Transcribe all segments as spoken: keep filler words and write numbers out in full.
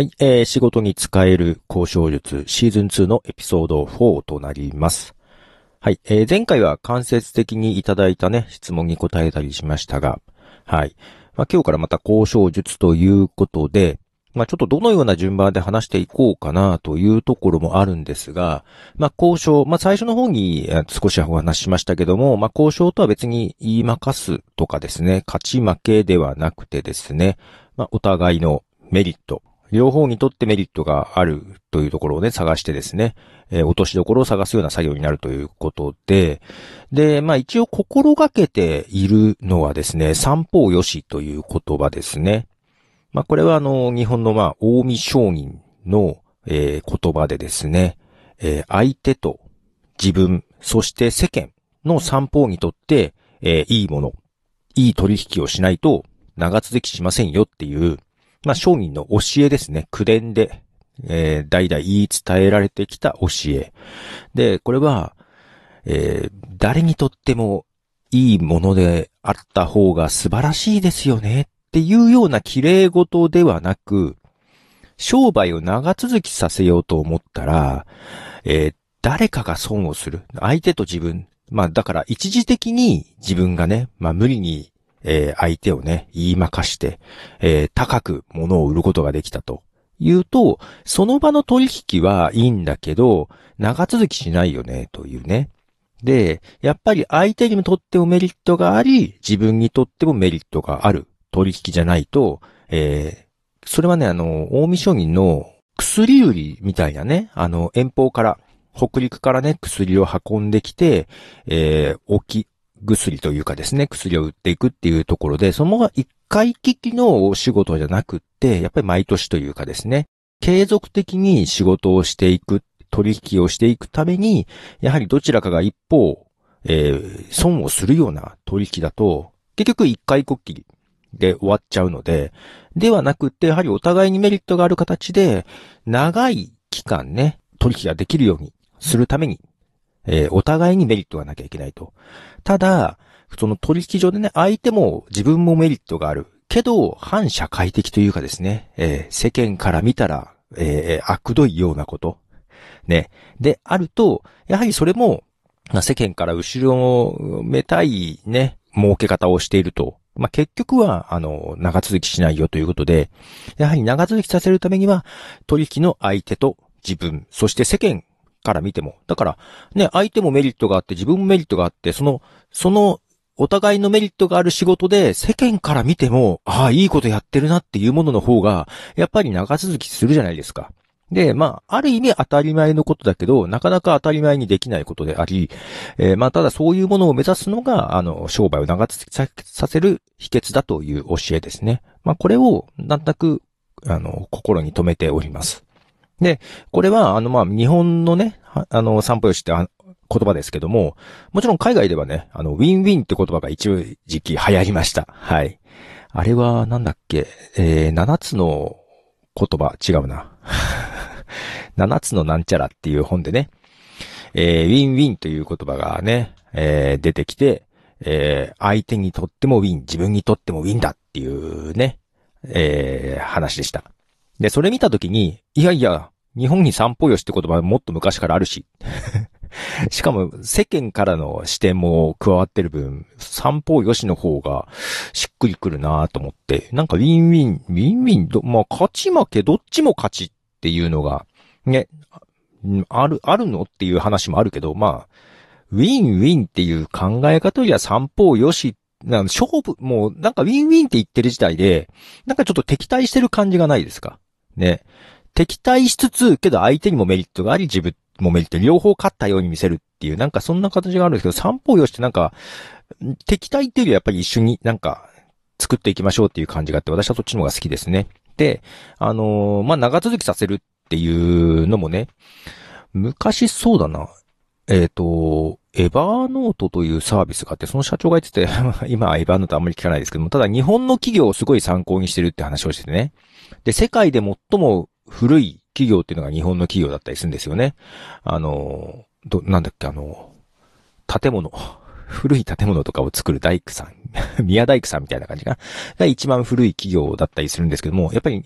はい、えー、仕事に使える交渉術シーズンツーのエピソードフォーとなります。はい、えー、前回は間接的にいただいたね、質問に答えたりしましたが、はい。まあ、今日からまた交渉術ということで、まあ、ちょっとどのような順番で話していこうかなというところもあるんですが、まあ、交渉、まあ、最初の方に少しお話ししましたけども、まあ、交渉とは別に言いまかすとかですね、勝ち負けではなくてですね、まあ、お互いのメリット、両方にとってメリットがあるというところをね、探してですね、えー、落としどころを探すような作業になるということで、で、まあ一応心がけているのはですね、三方よしという言葉ですね。まあこれはあの、日本のまあ、近江商人の、えー、言葉でですね、えー、相手と自分、そして世間の三方にとって、えー、いいもの、いい取引をしないと長続きしませんよっていう、まあ、商人の教えですね。口伝で、えー、代々言い伝えられてきた教え。で、これは、えー、誰にとってもいいものであった方が素晴らしいですよねっていうような綺麗事ではなく、商売を長続きさせようと思ったら、えー、誰かが損をする。相手と自分。まあ、だから一時的に自分がね、まあ無理にえー、相手をね、言いまかして、えー、高く物を売ることができたというと、その場の取引はいいんだけど、長続きしないよね、というね。で、やっぱり相手にとってもメリットがあり、自分にとってもメリットがある取引じゃないと、えー、それはね、あの、近江商人の薬売りみたいなね、あの、遠方から、北陸からね、薬を運んできて、えー、置き、薬というかですね、薬を売っていくっていうところで、その一回きりのお仕事じゃなくって、やっぱり毎年というかですね、継続的に仕事をしていく、取引をしていくために、やはりどちらかが一方、えー、損をするような取引だと、結局一回こっきりで終わっちゃうので、ではなくって、やはりお互いにメリットがある形で、長い期間ね、取引ができるようにするために、えー、お互いにメリットがなきゃいけないと。ただ、その取引上でね、相手も自分もメリットがある。けど、反社会的というかですね、えー、世間から見たら、えー、悪どいようなこと。ね。で、あると、やはりそれも、まあ、世間から後ろをめたいね、儲け方をしていると。まあ、結局は、あの、長続きしないよということで、やはり長続きさせるためには、取引の相手と自分、そして世間から見ても。だから、ね、相手もメリットがあって、自分もメリットがあって、その、その、お互いのメリットがある仕事で、世間から見ても、ああ、いいことやってるなっていうものの方が、やっぱり長続きするじゃないですか。で、まあ、ある意味当たり前のことだけど、なかなか当たり前にできないことであり、えー、まあ、ただそういうものを目指すのが、あの、商売を長続きさせる秘訣だという教えですね。まあ、これを、なんとなく、あの、心に留めております。で、これは、あの、まあ、日本のね、あの、散歩よしって言葉ですけども、もちろん海外ではね、あの、ウィンウィンって言葉が一時期流行りました。はい。あれは、なんだっけ、えー、七つの言葉、違うな。七つのなんちゃらっていう本でね、えー、ウィンウィンという言葉がね、えー、出てきて、えー、相手にとってもウィン、自分にとってもウィンだっていうね、えー、話でした。で、それ見たときに、いやいや、日本に散歩よしって言葉はもっと昔からあるし。しかも世間からの視点も加わってる分、散歩よしの方がしっくりくるなと思って、なんかウィンウィン、ウィンウィンど、まあ勝ち負けどっちも勝ちっていうのが、ね、ある、あるのっていう話もあるけど、まあ、ウィンウィンっていう考え方よりは散歩よし、なん勝負、もうなんかウィンウィンって言ってる時代で、なんかちょっと敵対してる感じがないですかね。敵対しつつ、けど相手にもメリットがあり、自分もメリット、両方勝ったように見せるっていう、なんかそんな形があるんですけど、三方よしってなんか、敵対っていうよりやっぱり一緒になんか作っていきましょうっていう感じがあって、私はそっちの方が好きですね。で、あのー、まあ、長続きさせるっていうのもね、昔そうだな、えっと、エバーノートというサービスがあって、その社長が言ってて、今はエバーノートあんまり聞かないですけども、ただ日本の企業をすごい参考にしてるって話をしててね。で、世界で最も古い企業っていうのが日本の企業だったりするんですよね。あの、ど、なんだっけ、あの、建物。古い建物とかを作る大工さん。宮大工さんみたいな感じが、が一番古い企業だったりするんですけども、やっぱり、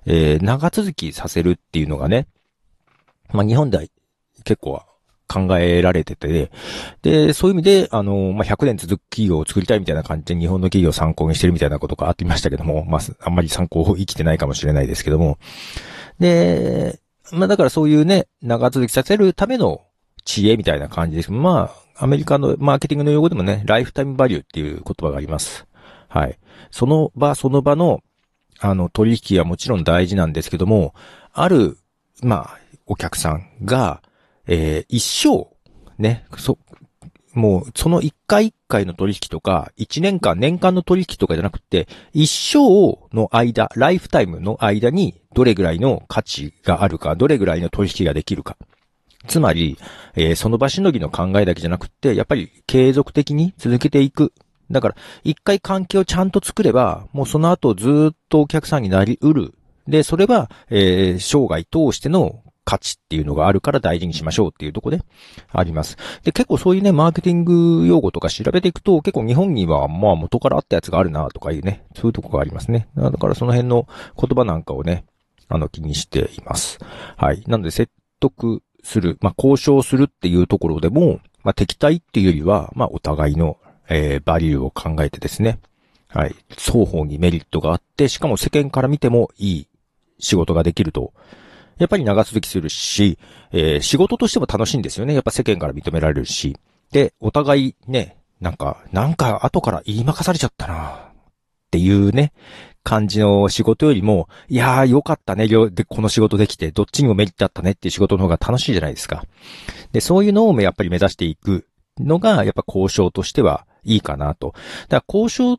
えー、長続きさせるっていうのがね、まあ、日本では結構考えられてて、で、そういう意味で、あの、まあ、ひゃくねん続く企業を作りたいみたいな感じで日本の企業を参考にしてるみたいなことがあってましたけども、まあ、あんまり参考を生きてないかもしれないですけども。で、まあ、だからそういうね、長続きさせるための知恵みたいな感じです。まあ、アメリカのマーケティングの用語でもね、ライフタイムバリューっていう言葉があります。はい。その場その場の、あの、取引はもちろん大事なんですけども、ある、まあ、お客さんが、えー、一生、ね、そ、もう、その一回一回の取引とか、一年間、年間の取引とかじゃなくて、一生の間、ライフタイムの間に、どれぐらいの価値があるか、どれぐらいの取引ができるか。つまり、えー、その場しのぎの考えだけじゃなくて、やっぱり継続的に続けていく。だから、一回関係をちゃんと作れば、もうその後ずっとお客さんになり得る。で、それは、えー、生涯通しての価値っていうのがあるから大事にしましょうっていうところであります。で、結構そういうね、マーケティング用語とか調べていくと、結構日本にはまあ元からあったやつがあるなとかいうね、そういうとこがありますね。だからその辺の言葉なんかをね、あの気にしています。はい。なので説得する、まあ交渉するっていうところでも、まあ敵対っていうよりは、まあお互いの、えー、バリューを考えてですね。はい。双方にメリットがあって、しかも世間から見てもいい仕事ができると、やっぱり長続きするし、えー、仕事としても楽しいんですよね。やっぱ世間から認められるし。で、お互いね、なんか、なんか後から言いまかされちゃったなっていうね、感じの仕事よりも、いやーよかったね、で、この仕事できて、どっちにもメリットあったねっていう仕事の方が楽しいじゃないですか。で、そういうのをやっぱり目指していくのが、やっぱ交渉としてはいいかなと。だから交渉って、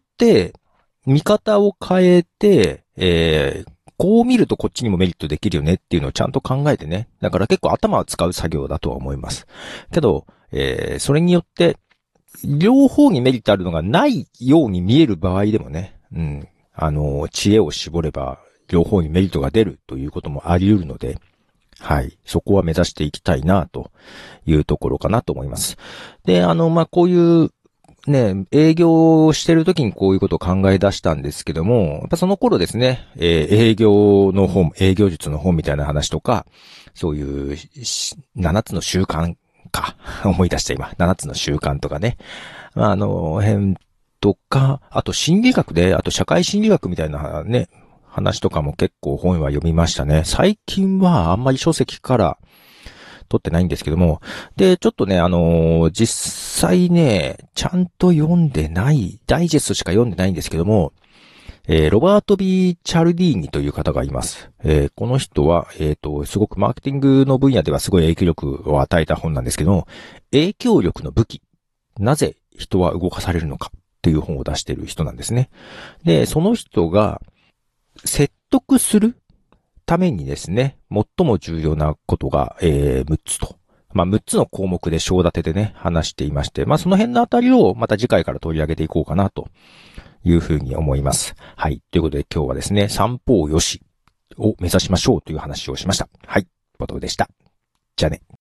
見方を変えて、えー、こう見るとこっちにもメリットできるよねっていうのをちゃんと考えてね。だから結構頭を使う作業だとは思います。けど、えー、それによって、両方にメリットあるのがないように見える場合でもね、うん、あの、知恵を絞れば、両方にメリットが出るということもあり得るので、はい。そこは目指していきたいな、というところかなと思います。で、あの、まあ、こういう、ね、営業をしてる時にこういうことを考え出したんですけども、やっぱその頃ですね、えー、営業の本、営業術の本みたいな話とか、そういうななつの習慣か、思い出した今、ななつの習慣とかね、まあ、あの、辺とか、あと心理学で、あと社会心理学みたいなね、話とかも結構本は読みましたね。最近はあんまり書籍から取ってないんですけども。で、ちょっとね、あのー、実際ね、ちゃんと読んでない、ダイジェストしか読んでないんですけども、えー、ロバート・ビー・チャルディーニという方がいます。えー、この人は、えっと、すごくマーケティングの分野ではすごい影響力を与えた本なんですけども、影響力の武器。なぜ人は動かされるのかっていう本を出している人なんですね。で、その人が、説得するためにですね、最も重要なことが、えー、むっつと。まあ、むっつの項目で章立てでね、話していまして、まあ、その辺のあたりをまた次回から取り上げていこうかなというふうに思います。はい。ということで今日はですね、三方よしを目指しましょうという話をしました。はい。ボトルでした。じゃあね。